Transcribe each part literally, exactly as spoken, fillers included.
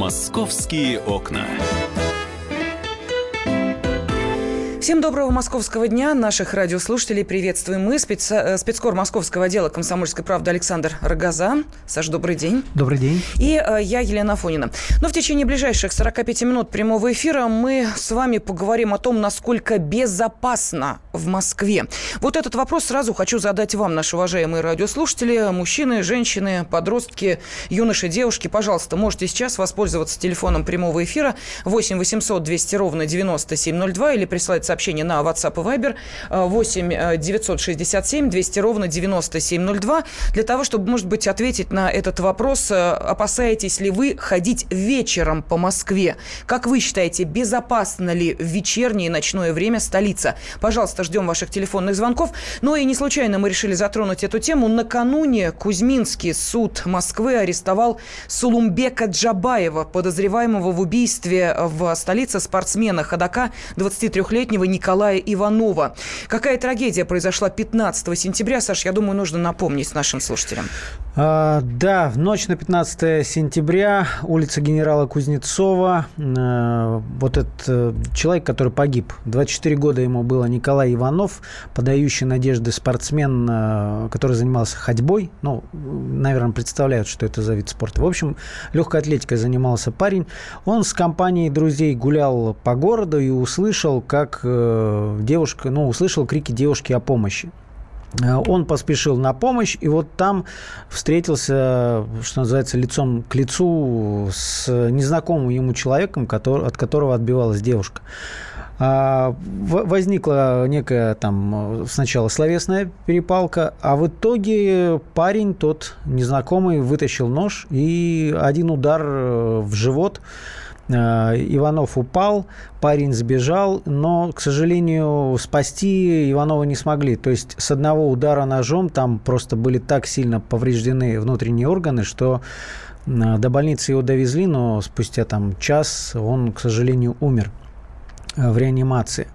«Московские окна». Всем доброго московского дня. Наших радиослушателей приветствуем мы. Спец... Спецкор московского отдела «Комсомольской правды» Александр Рогоза. Саш, добрый день. Добрый день. И э, я, Елена Афонина. Но в течение ближайших сорок пять минут прямого эфира мы с вами поговорим о том, насколько безопасно в Москве. Вот этот вопрос сразу хочу задать вам, наши уважаемые радиослушатели. Мужчины, женщины, подростки, юноши, девушки. Пожалуйста, можете сейчас воспользоваться телефоном прямого эфира восемь восемьсот двести ровно девяносто семь ноль два или прислать сообщение на WhatsApp и Viber восемь девятьсот шестьдесят семь двести ровно девяносто семь ноль два для того, чтобы, может быть, ответить на этот вопрос. Опасаетесь ли вы ходить вечером по Москве? Как вы считаете, безопасно ли в вечернее и ночное время столица? Пожалуйста, ждем ваших телефонных звонков. Ну и не случайно мы решили затронуть эту тему. Накануне Кузьминский суд Москвы арестовал Сулумбека Джабаева, подозреваемого в убийстве в столице спортсмена ходока двадцатитрёхлетнего Николая Иванова. Какая трагедия произошла пятнадцатого сентября? Саш, я думаю, нужно напомнить нашим слушателям. А, да, в ночь на пятнадцатое сентября, улица генерала Кузнецова. А, вот этот а, человек, который погиб, двадцать четыре года ему было, Николай Иванов, подающий надежды спортсмен, а, который занимался ходьбой. Ну, наверное, представляют, что это за вид спорта. В общем, легкой атлетикой занимался парень. Он с компанией друзей гулял по городу и услышал, как э, девушка, ну, услышал крики девушки о помощи. Он поспешил на помощь, и вот там встретился, что называется, лицом к лицу с незнакомым ему человеком, который, от которого отбивалась девушка. Возникла некая там сначала словесная перепалка, а в итоге парень, тот незнакомый, вытащил нож, и один удар в живот. Иванов упал, парень сбежал, но, к сожалению, спасти Иванова не смогли. То есть с одного удара ножом там просто были так сильно повреждены внутренние органы, что до больницы его довезли, но спустя там час он, к сожалению, умер в реанимации.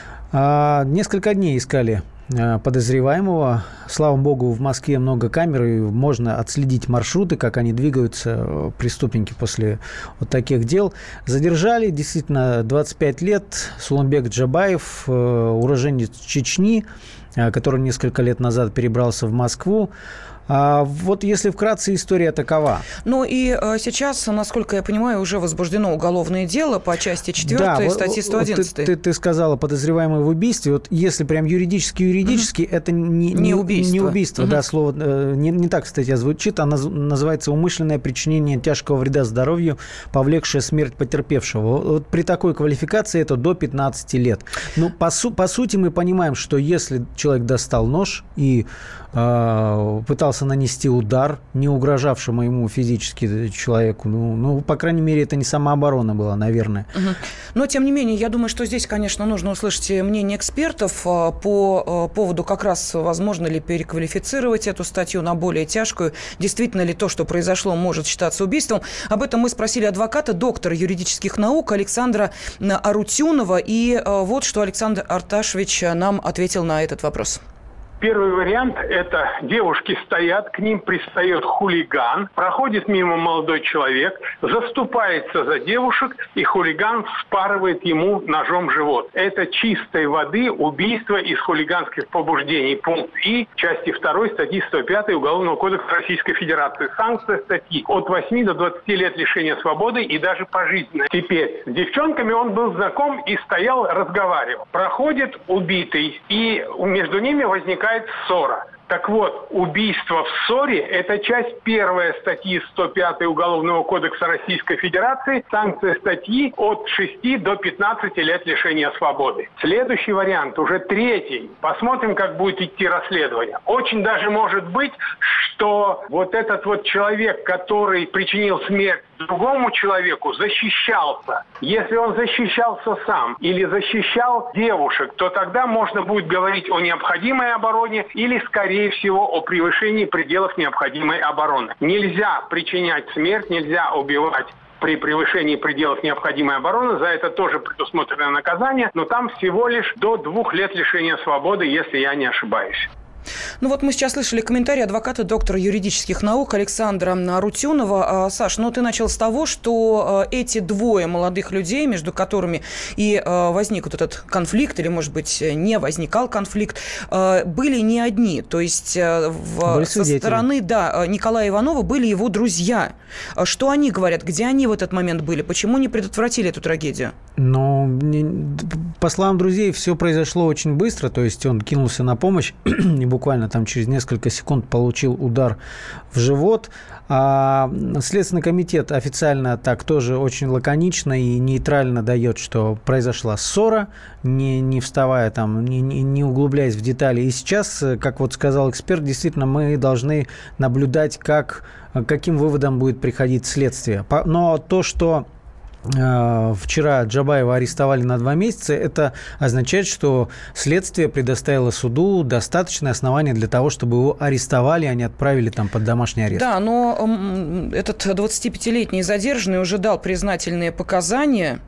Несколько дней искали подозреваемого. Слава богу, в Москве много камер, и можно отследить маршруты, как они двигаются, преступники, после вот таких дел. Задержали, действительно, двадцать пять лет, Сулумбек Джабаев, уроженец Чечни, который несколько лет назад перебрался в Москву. А вот если вкратце, история такова. Ну и а, сейчас, насколько я понимаю, уже возбуждено уголовное дело по части четвёртой, да, статьи сто одиннадцать. Ты, ты, ты сказала, подозреваемый в убийстве. Вот если прям юридически-юридически, угу. это не, не, не убийство. Не убийство, угу. да, слово не, не так, кстати, звучит. Оно называется умышленное причинение тяжкого вреда здоровью, повлекшее смерть потерпевшего. Вот при такой квалификации это до пятнадцати лет. Ну, по, су- по сути, мы понимаем, что если человек достал нож и э, пытался нанести удар, не угрожавшему ему физически человеку. Ну, ну, по крайней мере, это не самооборона была, наверное. Угу. Но, тем не менее, я думаю, что здесь, конечно, нужно услышать мнение экспертов по поводу как раз, возможно ли переквалифицировать эту статью на более тяжкую. Действительно ли то, что произошло, может считаться убийством. Об этом мы спросили адвоката, доктора юридических наук Александра Арутюнова. И вот что Александр Арташевич нам ответил на этот вопрос. Первый вариант – это девушки стоят, к ним пристает хулиган, проходит мимо молодой человек, заступается за девушек, и хулиган вспарывает ему ножом живот. Это чистой воды убийство из хулиганских побуждений. Пункт И, части второй статьи сто пятой Уголовного кодекса Российской Федерации. Санкция статьи от восьми до двадцати лет лишения свободы и даже пожизненно. Теперь с девчонками он был знаком и стоял, разговаривал. Проходит убитый, и между ними возникает ссора. Так вот, убийство в ссоре – это часть первая статьи сто пятой Уголовного кодекса Российской Федерации. Санкция статьи от шести до пятнадцати лет лишения свободы. Следующий вариант, уже третий. Посмотрим, как будет идти расследование. Очень даже может быть, что вот этот вот человек, который причинил смерть другому человеку, защищался. Если он защищался сам или защищал девушек, то тогда можно будет говорить о необходимой обороне или, скорее всего, о превышении пределов необходимой обороны. Нельзя причинять смерть, нельзя убивать при превышении пределов необходимой обороны. За это тоже предусмотрено наказание, но там всего лишь до двух лет лишения свободы, если я не ошибаюсь. Ну вот мы сейчас слышали комментарий адвоката, доктора юридических наук Александра Рутюнова. Саш, ну ты начал с того, что эти двое молодых людей, между которыми и возник вот этот конфликт, или, может быть, не возникал конфликт, были не одни. То есть в, со стороны да, Николая Иванова были его друзья. Что они говорят? Где они в этот момент были? Почему не предотвратили эту трагедию? Ну, по словам друзей, все произошло очень быстро. То есть он кинулся на помощь и буквально там через несколько секунд получил удар в живот. А Следственный комитет официально так тоже очень лаконично и нейтрально дает, что произошла ссора, не, не вставая там, не, не углубляясь в детали. И сейчас, как вот сказал эксперт, действительно мы должны наблюдать, как, к каким выводам будет приходить следствие. Но то, что вчера Джабаева арестовали на два месяца, это означает, что следствие предоставило суду достаточное основание для того, чтобы его арестовали, а не отправили там под домашний арест. Да, но этот двадцатипятилетний задержанный уже дал признательные показания,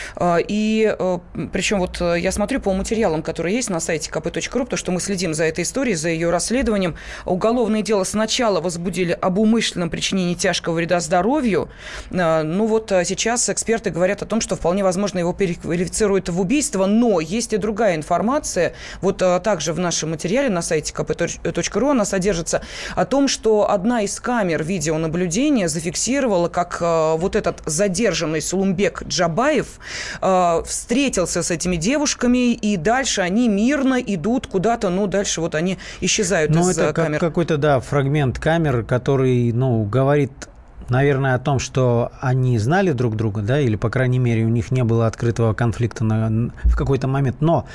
и причем вот я смотрю по материалам, которые есть на сайте ка пэ точка ру, потому что мы следим за этой историей, за ее расследованием. Уголовное дело сначала возбудили об умышленном причинении тяжкого вреда здоровью, ну вот сейчас эксперты Эксперты говорят о том, что вполне возможно его переквалифицируют в убийство, но есть и другая информация, вот а, также в нашем материале на сайте ка пэ точка ру она содержится, о том, что одна из камер видеонаблюдения зафиксировала, как а, вот этот задержанный Сулумбек Джабаев а, встретился с этими девушками, и дальше они мирно идут куда-то, ну, дальше вот они исчезают но из это камер. Как, какой-то, да, фрагмент камер, который, ну, говорит... Наверное, о том, что они знали друг друга, да, или, по крайней мере, у них не было открытого конфликта на, в какой-то момент. Но,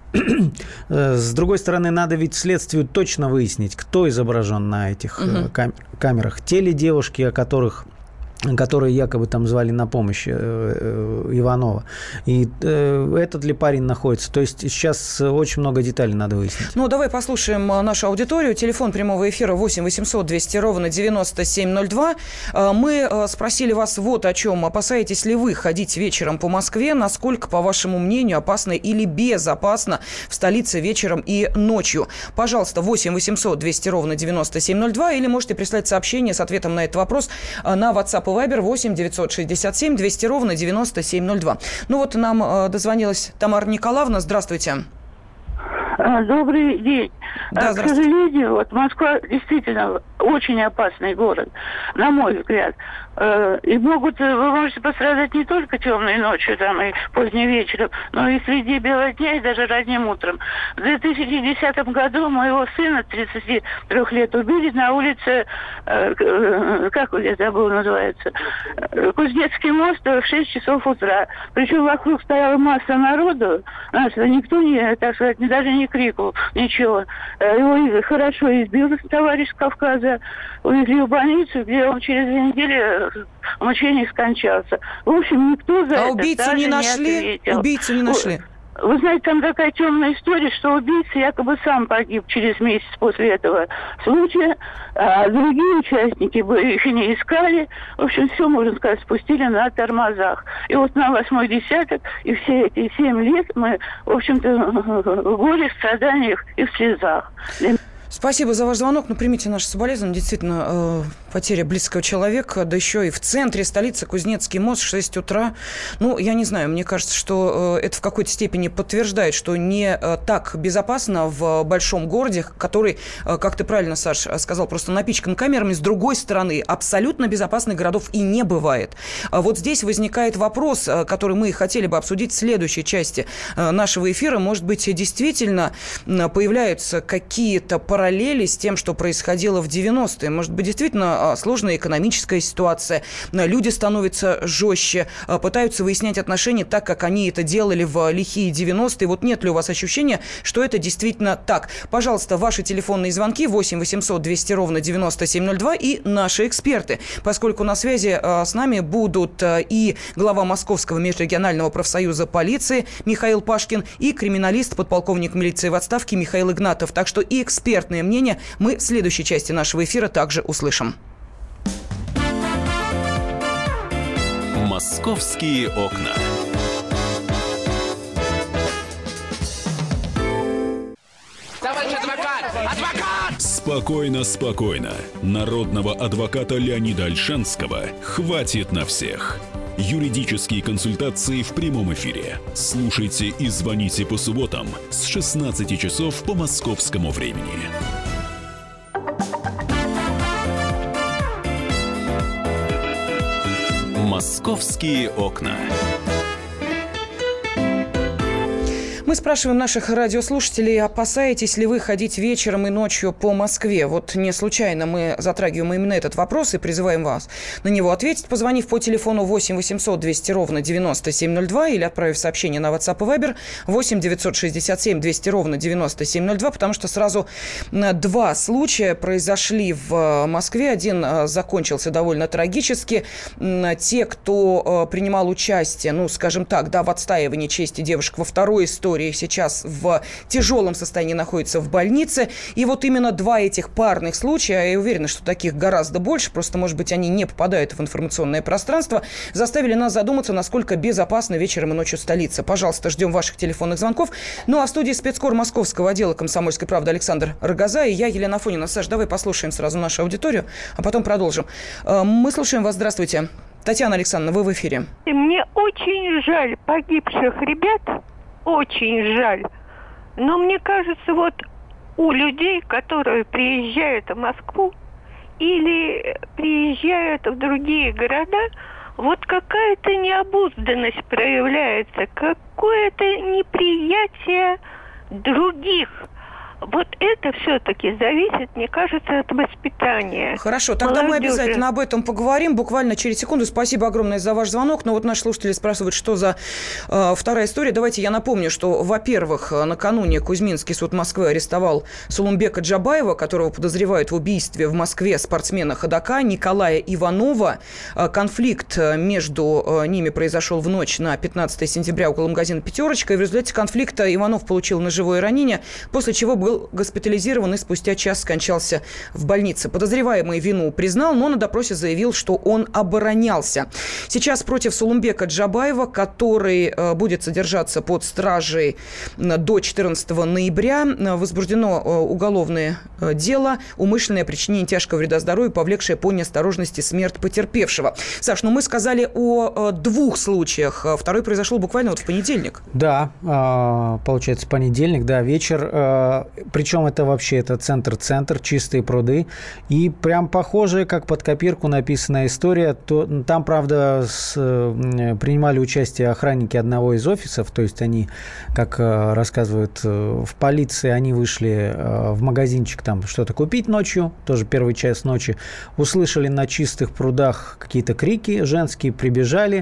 с другой стороны, надо ведь следствию точно выяснить, кто изображен на этих угу. кам- камерах. Те ли девушки, о которых... которые якобы там звали на помощь Иванова. И этот ли парень находится? То есть сейчас очень много деталей надо выяснить. Ну, давай послушаем нашу аудиторию. Телефон прямого эфира восемь восемьсот двести ровно девяносто семь ноль два. Мы спросили вас вот о чем. Опасаетесь ли вы ходить вечером по Москве? Насколько, по вашему мнению, опасно или безопасно в столице вечером и ночью? Пожалуйста, восемь восемьсот двести ровно девяносто семь ноль два. Или можете прислать сообщение с ответом на этот вопрос на WhatsApp и Вайбер восемь девятьсот шестьдесят семь двести ровно девяносто семь ноль два. Ну вот нам э, дозвонилась Тамара Николаевна. Здравствуйте. Добрый день. Да, К сожалению, вот Москва действительно очень опасный город, на мой взгляд. И могут, вы можете пострадать не только темной ночью там, и поздним вечером, но и среди бела дня, и даже ранним утром. В две тысячи десятом году моего сына, тридцати трёх лет, убили на улице, как я забыл, называется, Кузнецкий мост в шесть часов утра. Причем вокруг стояла масса народу, знаете, никто не, так сказать, даже не крикнул, ничего. Его хорошо избил товарищ с Кавказа, увезли в больницу, где он через две недели в мучениях скончался. В общем, никто за а это убийцу даже не нашли? не ответил. Убийцу не нашли? Вы знаете, там такая темная история, что убийца якобы сам погиб через месяц после этого случая, а другие участники их не искали. В общем, все, можно сказать, спустили на тормозах. И вот на восьмой десяток, и все эти семь лет мы, в общем-то, в горе, в страданиях и в слезах. Спасибо за ваш звонок. Ну, примите наши соболезнования. Действительно, э, потеря близкого человека, да еще и в центре столицы, Кузнецкий мост, шесть утра. Ну, я не знаю, мне кажется, что э, это в какой-то степени подтверждает, что не э, так безопасно в большом городе, который, э, как ты правильно, Саш, сказал, просто напичкан камерами. С другой стороны, абсолютно безопасных городов и не бывает. А вот здесь возникает вопрос, э, который мы хотели бы обсудить в следующей части э, нашего эфира. Может быть, действительно э, появляются какие-то параллели с тем, что происходило в девяностые. Может быть, действительно сложная экономическая ситуация. Люди становятся жестче, пытаются выяснять отношения так, как они это делали в лихие девяностые. Вот нет ли у вас ощущения, что это действительно так? Пожалуйста, ваши телефонные звонки восемь восемьсот двести ровно девяносто семь ноль два и наши эксперты. Поскольку на связи с нами будут и глава Московского межрегионального профсоюза полиции Михаил Пашкин, и криминалист, подполковник милиции в отставке Михаил Игнатов. Так что и экспертные мнения мы в следующей части нашего эфира также услышим. «Московские окна». Товарищ адвокат! Адвокат! Спокойно, спокойно. Народного адвоката Леонида Ольшанского хватит на всех. Юридические консультации в прямом эфире. Слушайте и звоните по субботам с шестнадцати часов по московскому времени. «Московские окна». Мы спрашиваем наших радиослушателей, опасаетесь ли вы ходить вечером и ночью по Москве? Вот не случайно мы затрагиваем именно этот вопрос и призываем вас на него ответить, позвонив по телефону восемь восемьсот двести ровно девяносто семь ноль два или отправив сообщение на WhatsApp и Viber восемь девятьсот шестьдесят семь двести ровно девяносто семь ноль два, потому что сразу два случая произошли в Москве. Один закончился довольно трагически. Те, кто принимал участие, ну, скажем так, да, в отстаивании чести девушек во второй истории, сейчас в тяжелом состоянии находится в больнице. И вот именно два этих парных случая, я уверена, что таких гораздо больше, просто, может быть, они не попадают в информационное пространство, заставили нас задуматься, насколько безопасна вечером и ночью столица. Пожалуйста, ждем ваших телефонных звонков. Ну, а в студии спецкор московского отдела «Комсомольской правды» Александр Рогоза и я, Елена Афонина. Саш, давай послушаем сразу нашу аудиторию, а потом продолжим. Мы слушаем вас. Здравствуйте. Татьяна Александровна, вы в эфире. Мне очень жаль погибших ребят. Очень жаль. Но мне кажется, вот у людей, которые приезжают в Москву или приезжают в другие города, вот какая-то необузданность проявляется, какое-то неприятие других. Вот это все-таки зависит, мне кажется, от воспитания. Хорошо, тогда молодежи. Мы обязательно об этом поговорим буквально через секунду. Спасибо огромное за ваш звонок. Но вот наши слушатели спрашивают, что за э, вторая история. Давайте я напомню, что, во-первых, накануне Кузьминский суд Москвы арестовал Сулумбека Джабаева, которого подозревают в убийстве в Москве спортсмена-ходока Николая Иванова. Э, конфликт между э, ними произошел в ночь на пятнадцатое сентября около магазина «Пятерочка». И в результате конфликта Иванов получил ножевое ранение, после чего был был госпитализирован и спустя час скончался в больнице. Подозреваемый вину признал, но на допросе заявил, что он оборонялся. Сейчас против Сулумбека Джабаева, который э, будет содержаться под стражей э, до четырнадцатого ноября, э, возбуждено э, уголовное э, дело «Умышленное причинение тяжкого вреда здоровью, повлекшее по неосторожности смерть потерпевшего». Саш, ну мы сказали о э, двух случаях. Второй произошел буквально вот в понедельник. Да, э, получается понедельник, да, вечер. Э, Причем это вообще это центр-центр, чистые пруды. И прям похожая, как под копирку написанная история. То, там, правда, с, принимали участие охранники одного из офисов. То есть они, как рассказывают в полиции, они вышли в магазинчик там что-то купить ночью. Тоже первый час ночи. Услышали на чистых прудах какие-то крики женские, прибежали.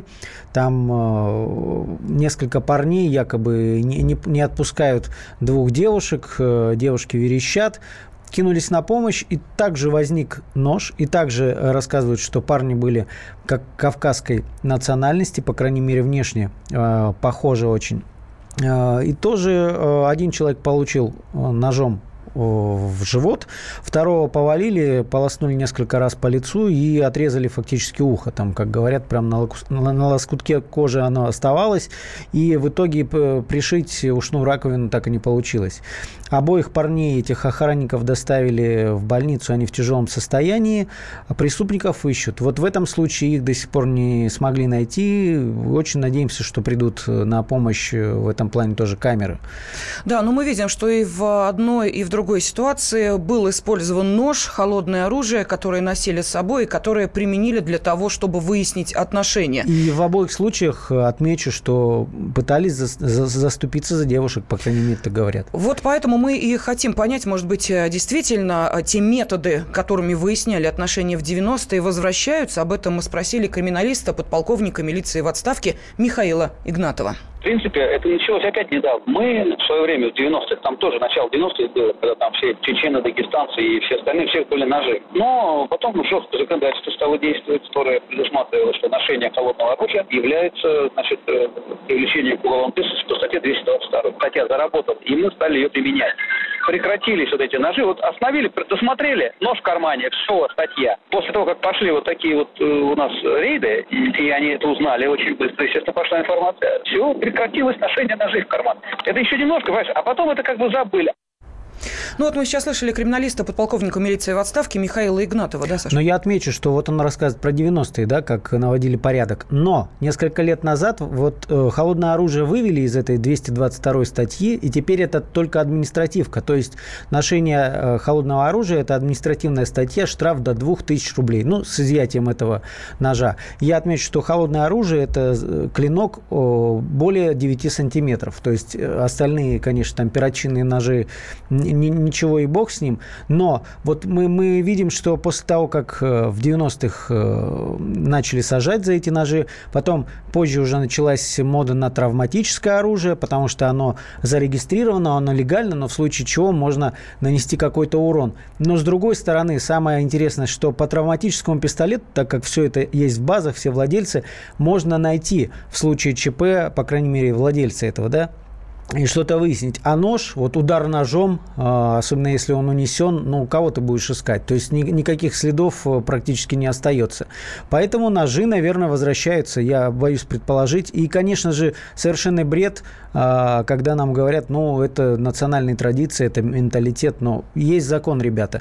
Там несколько парней якобы не, не, не отпускают двух девушек. Девушки верещат, кинулись на помощь, и также возник нож, и также рассказывают, что парни были как кавказской национальности, по крайней мере, внешне э, похожи очень. Э, и тоже э, один человек получил ножом в живот, второго повалили, полоснули несколько раз по лицу и отрезали фактически ухо. Там, как говорят, прям на, локу, на, на лоскутке кожи оно оставалось, и в итоге пришить ушную раковину так и не получилось. Обоих парней, этих охранников, доставили в больницу, они в тяжелом состоянии, а преступников ищут. Вот в этом случае их до сих пор не смогли найти. Очень надеемся, что придут на помощь в этом плане тоже камеры. Да, но мы видим, что и в одной, и в другой В другой ситуации был использован нож, холодное оружие, которое носили с собой и которое применили для того, чтобы выяснить отношения. И в обоих случаях отмечу, что пытались за, за, заступиться за девушек, по крайней мере, так говорят. Вот поэтому мы и хотим понять, может быть, действительно те методы, которыми выясняли отношения в девяностые, возвращаются. Об этом мы спросили криминалиста, подполковника милиции в отставке Михаила Игнатова. В принципе, это началось опять недавно. Мы в свое время в девяностых, там тоже начало девяностых было, когда там все чечены, дагестанцы и все остальные, всех были ножи. Но потом жесткое законодательство стало действовать, которое предусматривало, что ношение холодного оружия является, значит, привлечением к уголовной ответственности по статье двести двадцать два. Статья заработала, и мы стали ее применять. Прекратились вот эти ножи, вот остановили, досмотрели, нож в кармане, все, статья. После того, как пошли вот такие вот э, у нас рейды, и они это узнали очень быстро, естественно, пошла информация, все, прекратилось ношение ножей в карман. Это еще немножко, понимаешь, а потом это как бы забыли. Ну вот мы сейчас слышали криминалиста, подполковника милиции в отставке Михаила Игнатова, да, Саша? Но я отмечу, что вот он рассказывает про девяностые, да, как наводили порядок. Но несколько лет назад вот э, холодное оружие вывели из этой двести двадцать второй статьи, и теперь это только административка. То есть ношение э, холодного оружия – это административная статья, штраф до двух тысяч рублей. Ну, с изъятием этого ножа. Я отмечу, что холодное оружие – это клинок о, более девяти сантиметров. То есть остальные, конечно, там перочинные ножи, ничего и бог с ним. Но вот мы, мы видим, что после того, как в девяностых начали сажать за эти ножи, потом позже уже началась мода на травматическое оружие, потому что оно зарегистрировано, оно легально, но в случае чего можно нанести какой-то урон. Но с другой стороны, самое интересное, что по травматическому пистолету, так как все это есть в базах, все владельцы, можно найти в случае ЧП, по крайней мере, владельца этого, да, и что-то выяснить. А нож, вот удар ножом, особенно если он унесен, ну, кого ты будешь искать? То есть ни, никаких следов практически не остается. Поэтому ножи, наверное, возвращаются, я боюсь предположить. И, конечно же, совершенный бред, когда нам говорят, ну, это национальная традиция, это менталитет, но есть закон, ребята.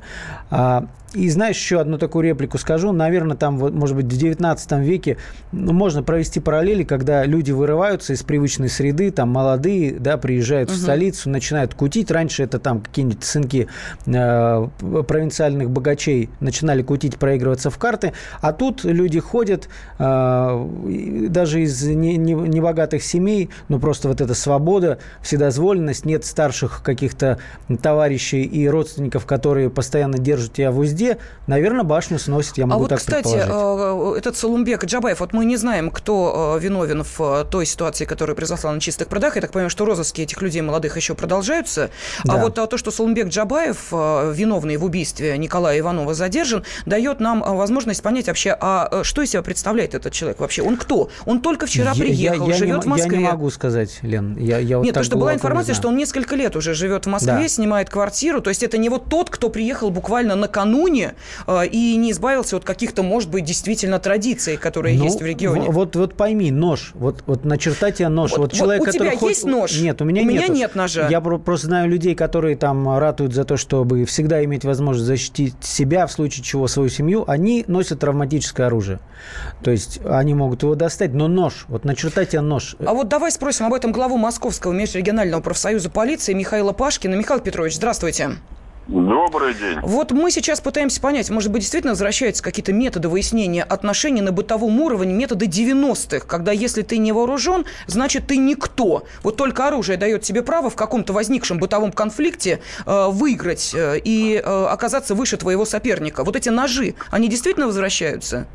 И знаешь, еще одну такую реплику скажу. Наверное, там, может быть, в девятнадцатом веке ну, можно провести параллели, когда люди вырываются из привычной среды, там, молодые, да, приезжают угу. в столицу, начинают кутить. Раньше это там какие-нибудь сынки э, провинциальных богачей начинали кутить, проигрываться в карты. А тут люди ходят, э, даже из не, не, небогатых семей, ну, просто вот эта свобода, вседозволенность, нет старших каких-то товарищей и родственников, которые постоянно держат тебя в узде. Наверное, башню сносит, я могу а вот, так кстати, предположить. Этот Салумбек Джабаев, вот мы не знаем, кто виновен в той ситуации, которая произошла на чистых прудах. Я так понимаю, что розыски этих людей молодых еще продолжаются. Да. А вот то, что Салумбек Джабаев, виновный в убийстве Николая Иванова, задержан, дает нам возможность понять вообще, а что из себя представляет этот человек вообще? Он кто? Он только вчера я, приехал, я, я живет не, в Москве. Я не могу сказать, Лен. Я, я вот Нет, потому что была информация, не что он несколько лет уже живет в Москве, да. снимает квартиру. То есть это не вот тот, кто приехал буквально накануне и не избавился от каких-то, может быть, действительно традиций, которые ну, есть в регионе. Вот, вот пойми, нож, вот, вот начертай тебе нож. Вот, вот человек, вот у тебя который есть хоть... нож? Нет, у меня, у меня нету. нет ножа. Я просто знаю людей, которые там ратуют за то, чтобы всегда иметь возможность защитить себя, в случае чего свою семью. Они носят травматическое оружие. То есть они могут его достать, но нож, вот начертай тебе нож. А вот давай спросим об этом главу Московского межрегионального профсоюза полиции Михаила Пашкина. Михаил Петрович, здравствуйте. Добрый день. Вот мы сейчас пытаемся понять, может быть, действительно возвращаются какие-то методы выяснения отношений на бытовом уровне, методы девяностых, когда если ты не вооружен, значит, ты никто. Вот только оружие дает тебе право в каком-то возникшем бытовом конфликте э, выиграть э, и э, оказаться выше твоего соперника. Вот эти ножи, они действительно возвращаются?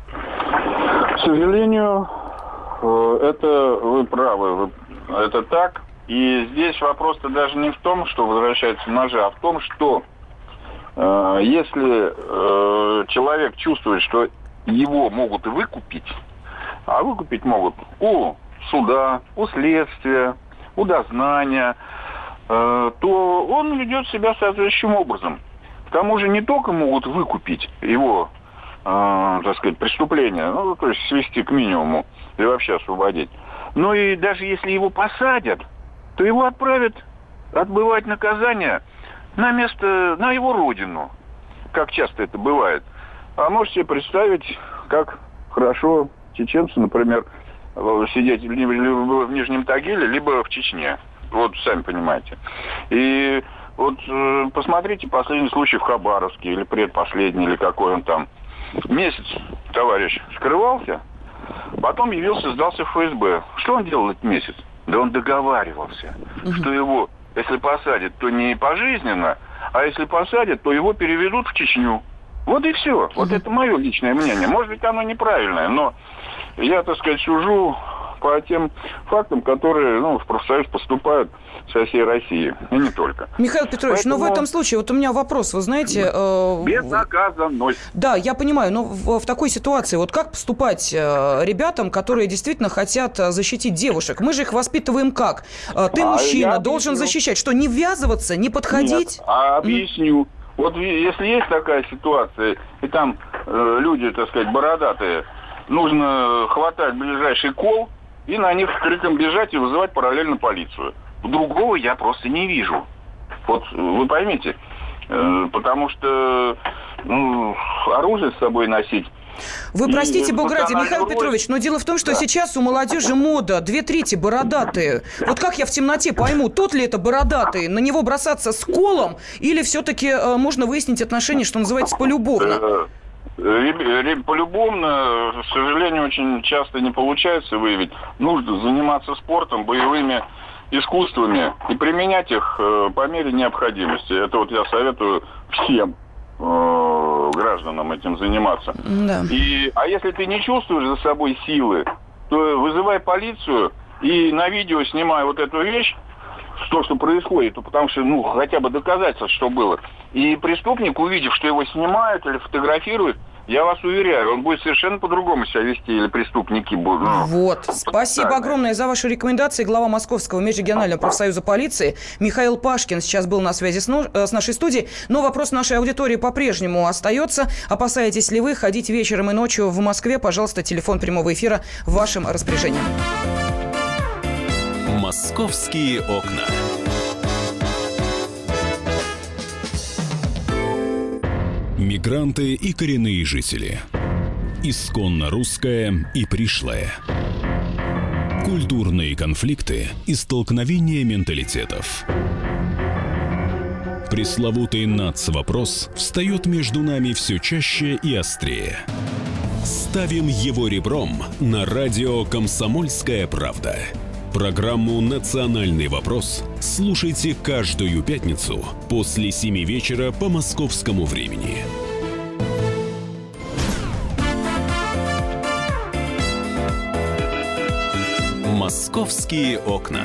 К сожалению, это вы правы, это так. И здесь вопрос-то даже не в том, что возвращаются ножи, а в том, что э, если э, человек чувствует, что его могут выкупить, а выкупить могут у суда, у следствия, у дознания, э, то он ведет себя соответствующим образом. К тому же не только могут выкупить его, э, так сказать, преступление, ну, то есть свести к минимуму или вообще освободить, но и даже если его посадят, то его отправят отбывать наказание на место, на его родину, как часто это бывает. А можете себе представить, как хорошо чеченцы, например, сидеть либо в Нижнем Тагиле, либо в Чечне. Вот, сами понимаете. И вот э, посмотрите последний случай в Хабаровске, или предпоследний, или какой он там. Месяц товарищ скрывался, потом явился, сдался в эф эс бэ. Что он делал этот месяц? Да он договаривался, угу. что его, если посадят, то не пожизненно, а если посадят, то его переведут в Чечню. Вот и все. Угу. Вот это мое личное мнение. Может быть, оно неправильное, но я, так сказать, сужу по тем фактам, которые ну, в профсоюз поступают со всей России, и не только. Михаил Петрович, Поэтому... но в этом случае, вот у меня вопрос, вы знаете... Э... Безнаказанность. Да, я понимаю, но в, в такой ситуации, вот как поступать э, ребятам, которые действительно хотят защитить девушек? Мы же их воспитываем как? Э, ты, а мужчина, должен объясню. защищать. Что, не ввязываться, не подходить? Нет, а объясню. Mm. Вот если есть такая ситуация, и там э, люди, так сказать, бородатые, нужно хватать ближайший кол, и на них с криком бежать и вызывать параллельно полицию. Другого я просто не вижу. Вот вы поймите, потому что ну, оружие с собой носить. Вы простите, бог ради, Михаил Петрович, но дело в том, что да. сейчас у молодежи мода, две трети бородатые. Вот как я в темноте пойму, тот ли это бородатый, на него бросаться с колом, или все-таки э, можно выяснить отношения, что называется, полюбовно? Полюбовно, к сожалению, очень часто не получается выявить. Нужно заниматься спортом, боевыми искусствами и применять их э, по мере необходимости. Это вот я советую всем э, гражданам этим заниматься. Да. И, а если ты не чувствуешь за собой силы, то вызывай полицию и на видео снимай вот эту вещь, то, что происходит, потому что, ну, хотя бы доказательство, что было. И преступник, увидев, что его снимают или фотографируют, я вас уверяю, он будет совершенно по-другому себя вести, или преступники будут. Ну, вот. Спасибо огромное за ваши рекомендации. Глава Московского межрегионального профсоюза полиции Михаил Пашкин сейчас был на связи с, но... с нашей студией. Но вопрос нашей аудитории по-прежнему остается. Опасаетесь ли вы ходить вечером и ночью в Москве? Пожалуйста, телефон прямого эфира в вашем распоряжении. «Московские окна». Мигранты и коренные жители. Исконно русское и пришлое. Культурные конфликты и столкновения менталитетов. Пресловутый нацвопрос встает между нами все чаще и острее. Ставим его ребром на радио «Комсомольская правда». Программу «Национальный вопрос» слушайте каждую пятницу после семи вечера по московскому времени. «Московские окна».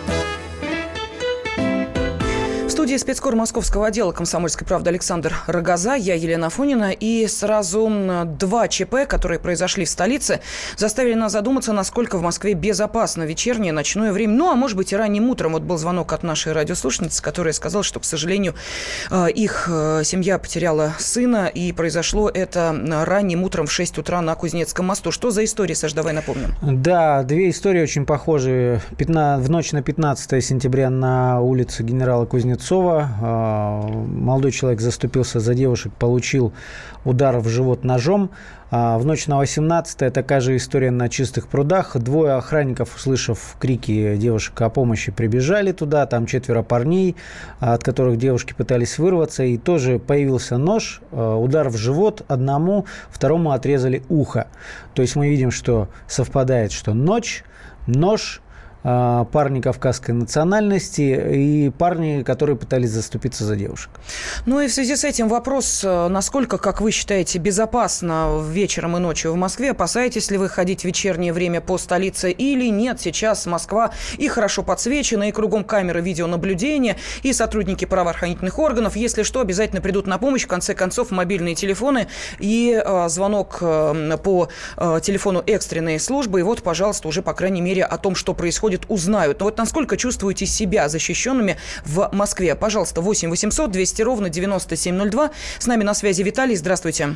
В студии спецкор московского отдела «Комсомольской правды» Александр Рогоза, я Елена Афонина. И сразу два ЧП, которые произошли в столице, заставили нас задуматься, насколько в Москве безопасно вечернее, ночное время. Ну, а может быть и ранним утром. Вот был звонок от нашей радиослушницы, которая сказала, что, к сожалению, их семья потеряла сына. И произошло это ранним утром в шесть утра на Кузнецком мосту. Что за история, Саш, давай напомним. Да, две истории очень похожие. В ночь на пятнадцатое сентября на улице генерала Кузнецова молодой человек заступился за девушек, получил удар в живот ножом. В ночь на восемнадцатое такая же история на Чистых прудах. Двое охранников, услышав крики девушек о помощи, прибежали туда. Там четверо парней, от которых девушки пытались вырваться. И тоже появился нож, удар в живот одному, второму отрезали ухо. То есть мы видим, что совпадает, что ночь, нож, парни кавказской национальности и парни, которые пытались заступиться за девушек. Ну и в связи с этим вопрос, насколько, как вы считаете, безопасно вечером и ночью в Москве? Опасаетесь ли вы ходить в вечернее время по столице или нет? Сейчас Москва и хорошо подсвечена, и кругом камеры видеонаблюдения, и сотрудники правоохранительных органов. Если что, обязательно придут на помощь. В конце концов, мобильные телефоны и э, звонок э, по э, телефону экстренной службы. И вот, пожалуйста, уже, по крайней мере, о том, что происходит, узнают. Но вот насколько чувствуете себя защищенными в Москве? Пожалуйста, восемь восемьсот двести ровно девяносто семь ноль два. С нами на связи Виталий. Здравствуйте.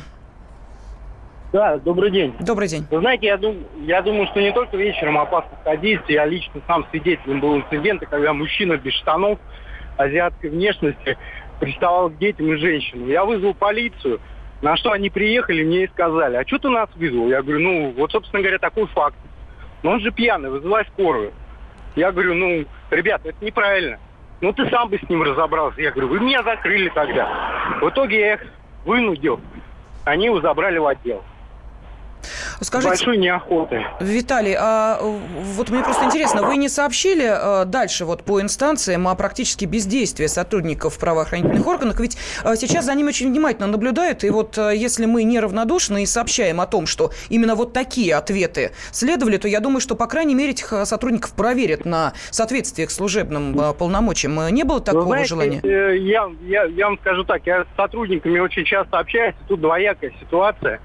Да, добрый день. Добрый день. Вы знаете, я, дум, я думаю, что не только вечером опасно ходить. Я лично сам свидетелем был инцидента, когда мужчина без штанов, азиатской внешности, приставал к детям и женщинам. Я вызвал полицию, на что они приехали, мне и сказали: а что ты нас вызвал? Я говорю, ну, вот, собственно говоря, такой факт. Но он же пьяный, вызывай скорую. Я говорю, ну, ребята, это неправильно. Ну, ты сам бы с ним разобрался. Я говорю, вы меня закрыли тогда. В итоге я их вынудил. Они его забрали в отдел. Скажите, большой неохотой. Виталий, а вот мне просто интересно, вы не сообщили а, дальше вот по инстанциям о практически бездействии сотрудников правоохранительных органов? Ведь а, сейчас за ними очень внимательно наблюдают, и вот а, если мы неравнодушны и сообщаем о том, что именно вот такие ответы следовали, то я думаю, что, по крайней мере, этих сотрудников проверят на соответствие к служебным а, полномочиям. Не было такого Вы знаете, желания? Я, я, я вам скажу так, я с сотрудниками очень часто общаюсь, тут двоякая ситуация.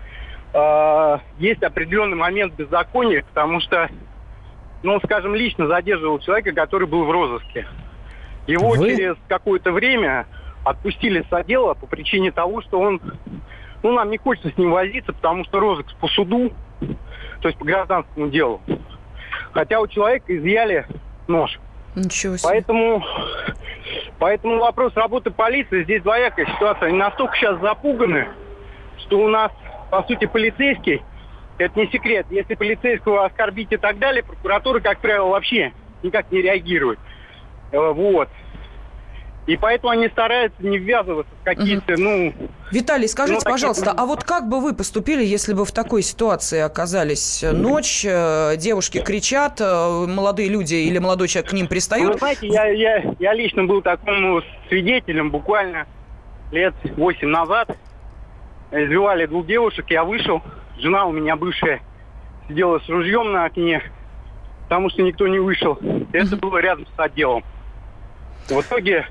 Есть определенный момент беззакония, потому что, ну, скажем, лично задерживал человека, который был в розыске. Его Вы? через какое-то время отпустили с отдела по причине того, что он, ну, нам не хочется с ним возиться, потому что розыск по суду, то есть по гражданскому делу. Хотя у человека изъяли нож. Ничего себе. Поэтому Поэтому вопрос работы полиции, здесь двоякая ситуация. Они настолько сейчас запуганы, что у нас, по сути, полицейский, это не секрет, если полицейского оскорбить и так далее, прокуратура, как правило, вообще никак не реагирует. Вот. И поэтому они стараются не ввязываться в какие-то, угу. ну... Виталий, скажите, ну, пожалуйста, такие... а вот как бы вы поступили, если бы в такой ситуации оказались? Ночь, девушки кричат, молодые люди или молодой человек к ним пристают? Вы знаете, я, я, я лично был такому свидетелем буквально лет восемь назад. Избивали двух девушек, я вышел, жена у меня бывшая сидела с ружьем на окне, потому что никто не вышел. Это было рядом с отделом. В итоге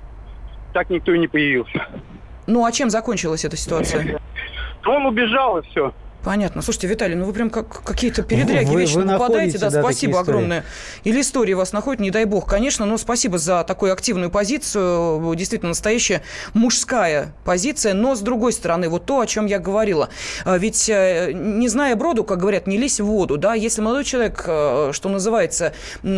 так никто и не появился. Ну, а чем закончилась эта ситуация? Он убежал, и все. Понятно. Слушайте, Виталий, ну вы прям как какие-то передряги вы, вечно вы попадаете. Да, да, спасибо огромное. Или истории вас находят, не дай бог, конечно. Но спасибо за такую активную позицию. Действительно, настоящая мужская позиция. Но, с другой стороны, вот то, о чем я говорила. Ведь, не зная броду, как говорят, не лезь в воду. Да? Если молодой человек, что называется,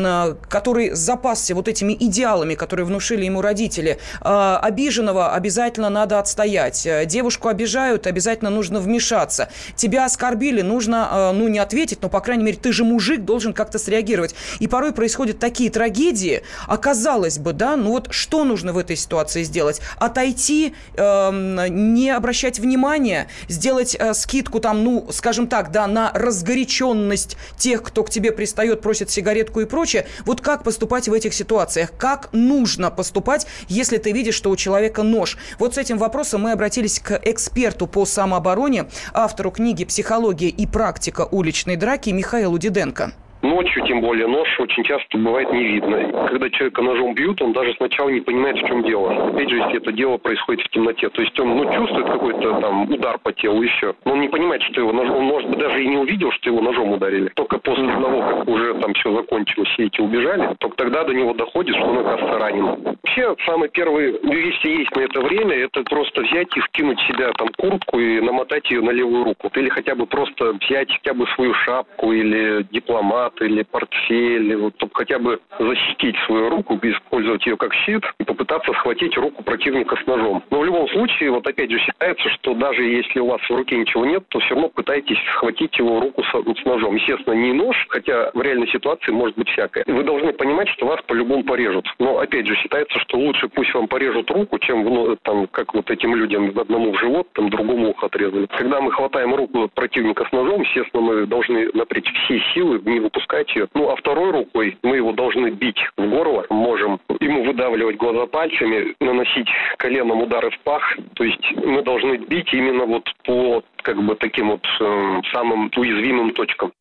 который запасся вот этими идеалами, которые внушили ему родители, обиженного обязательно надо отстоять. Девушку обижают, обязательно нужно вмешаться. Тебя оскорбили, нужно, ну, не ответить, но, по крайней мере, ты же мужик, должен как-то среагировать. И порой происходят такие трагедии, а казалось бы, да, ну вот что нужно в этой ситуации сделать? Отойти, э, не обращать внимания, сделать э, скидку там, ну, скажем так, да, на разгоряченность тех, кто к тебе пристает, просит сигаретку и прочее. Вот как поступать в этих ситуациях? Как нужно поступать, если ты видишь, что у человека нож? Вот с этим вопросом мы обратились к эксперту по самообороне, автору книги «Психология и практика уличной драки» Михаилу Диденко. Ночью, тем более, нож очень часто бывает не видно. Когда человека ножом бьют, он даже сначала не понимает, в чем дело. Опять же, если это дело происходит в темноте. То есть он, ну, чувствует какой-то там удар по телу и все. Но он не понимает, что его ножом... Он, может быть, даже и не увидел, что его ножом ударили. Только после того, как уже там все закончилось, и эти убежали, только тогда до него доходит, что он, оказывается, ранен. Вообще, самый первый, если есть на это время, это просто взять и скинуть себя там куртку и намотать ее на левую руку. Или хотя бы просто взять хотя бы свою шапку или дипломат, или портфель, вот, чтобы хотя бы защитить свою руку, использовать ее как щит и попытаться схватить руку противника с ножом. Но в любом случае, вот опять же считается, что даже если у вас в руке ничего нет, то все равно пытайтесь схватить его руку с, с ножом. Естественно, не нож, хотя в реальной ситуации может быть всякое. Вы должны понимать, что вас по-любому порежут. Но опять же считается, что лучше пусть вам порежут руку, чем ну, там, как вот этим людям одному в живот, там другому ухо отрезали. Когда мы хватаем руку противника с ножом, естественно, мы должны напрячь все силы, не выпускать ее. Ну, а второй рукой мы его должны бить в горло, можем ему выдавливать глаза пальцами, наносить коленом удары в пах. То есть мы должны бить именно вот по как бы таким вот э, самым уязвимым точкам.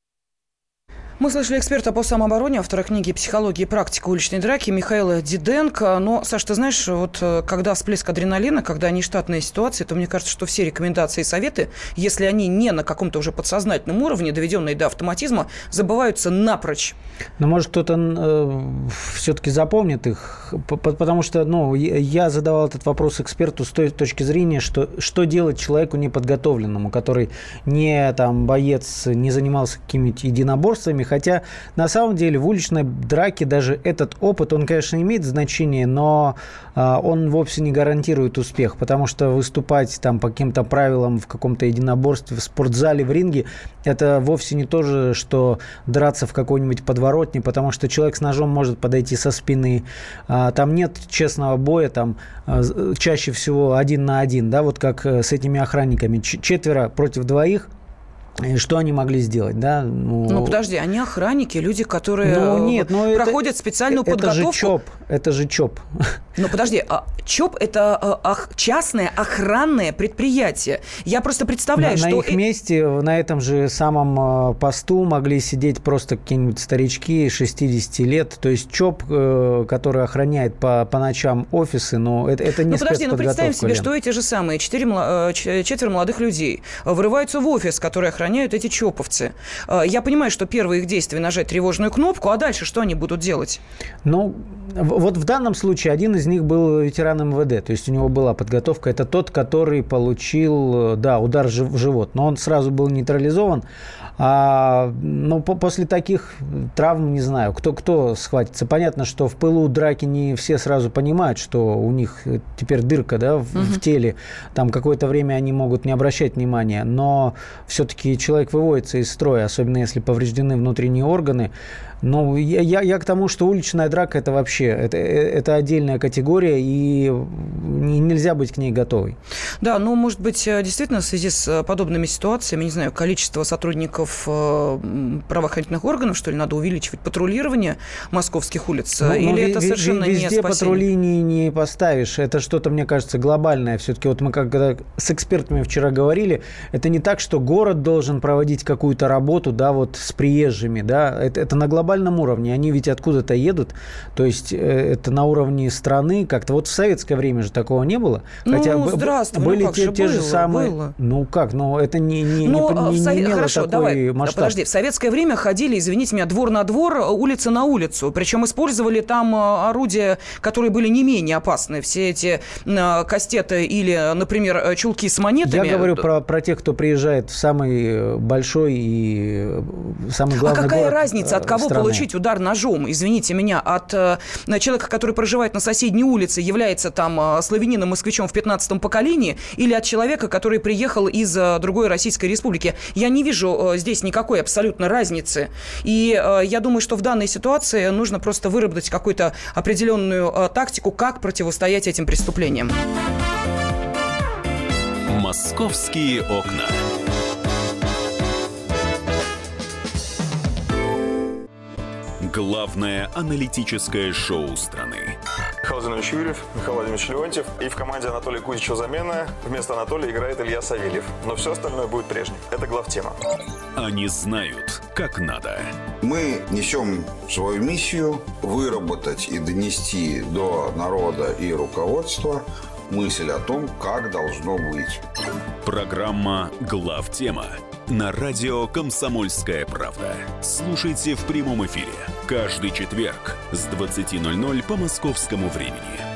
Мы слышали эксперта по самообороне, автора книги «Психология и практика уличной драки» Михаила Диденко. Но, Саш, ты знаешь, вот когда всплеск адреналина, когда нештатная ситуация, то мне кажется, что все рекомендации и советы, если они не на каком-то уже подсознательном уровне, доведенные до автоматизма, забываются напрочь. Но, может, кто-то э, все-таки запомнит их, потому что, ну, я задавал этот вопрос эксперту с той точки зрения, что, что делать человеку неподготовленному, который не там боец, не занимался какими-то единоборствами. Хотя, на самом деле, в уличной драке даже этот опыт, он, конечно, имеет значение, но а, он вовсе не гарантирует успех, потому что выступать там по каким-то правилам в каком-то единоборстве, в спортзале, в ринге, это вовсе не то же, что драться в какой-нибудь подворотне, потому что человек с ножом может подойти со спины. А, там нет честного боя, там а, чаще всего один на один, да, вот как с этими охранниками. Четверо против двоих. И что они могли сделать, да? Ну, ну подожди, они охранники, люди, которые ну, нет, но проходят это, специальную это подготовку. Же ЧОП, это же ЧОП. Ну подожди, а ЧОП – это а, частное охранное предприятие. Я просто представляю, на, что... На их месте, на этом же самом посту могли сидеть просто какие-нибудь старички шестьдесят лет. То есть ЧОП, который охраняет по, по ночам офисы, но это, это не ну, подожди, ну представим себе, Лен. что эти же самые четыре, четверо молодых людей врываются в офис, который охраняет охраняют эти чоповцы. Я понимаю, что первые их действия нажать тревожную кнопку, а дальше что они будут делать? Ну, вот в данном случае один из них был ветеран эм вэ дэ, то есть у него была подготовка. Это тот, который получил, да, удар в живот, но он сразу был нейтрализован. А, ну, по- после таких травм, не знаю, кто, кто схватится. Понятно, что в пылу драки не все сразу понимают, что у них теперь дырка, да, в, угу. в теле. Там какое-то время они могут не обращать внимания, но все-таки человек выводится из строя, особенно если повреждены внутренние органы. Ну, я, я, я к тому, что уличная драка – это вообще это, это отдельная категория, и нельзя быть к ней готовой. Да, ну, может быть, действительно, в связи с подобными ситуациями, не знаю, количество сотрудников правоохранительных органов, что ли, надо увеличивать патрулирование московских улиц? Ну, или ну, это совершенно везде не спасение? Патрули не, не поставишь. Это что-то, мне кажется, глобальное. Все-таки вот мы когда с экспертами вчера говорили, это не так, что город должен проводить какую-то работу, да, вот с приезжими, да, это, это на глобальном уровне. Они ведь откуда-то едут, то есть это на уровне страны. Как-то вот в советское время же такого не было. Ну, хотя здравствуй, были ну, те, же те было, же самые. Было. Ну как, ну это не, не, Но не, не, Совет... не имело Хорошо, такой давай, масштаб. Подожди, в советское время ходили, извините меня, двор на двор, улица на улицу. Причем использовали там орудия, которые были не менее опасны. Все эти кастеты или, например, чулки с монетами. Я говорю про, про тех, кто приезжает в самый большой и самый главный город. А какая разница, от кого страны? Получить удар ножом? Извините меня, от э, человека, который проживает на соседней улице, является там э, славянином, москвичом в пятнадцатом поколении, или от человека, который приехал из э, другой Российской Республики? Я не вижу э, здесь никакой абсолютно разницы. И э, я думаю, что в данной ситуации нужно просто выработать какую-то определенную э, тактику, как противостоять этим преступлениям. «Московские окна». Главное аналитическое шоу страны. Михаил Владимирович Юрьев, Михаил Владимирович Леонтьев. И в команде Анатолия Кузичева замена. Вместо Анатолия играет Илья Савельев. Но все остальное будет прежним. Это главтема. Они знают, как надо. Мы несем свою миссию выработать и донести до народа и руководства мысль о том, как должно быть. Программа «Главтема» на радио «Комсомольская правда». Слушайте в прямом эфире каждый четверг с двадцати ноль-ноль по московскому времени.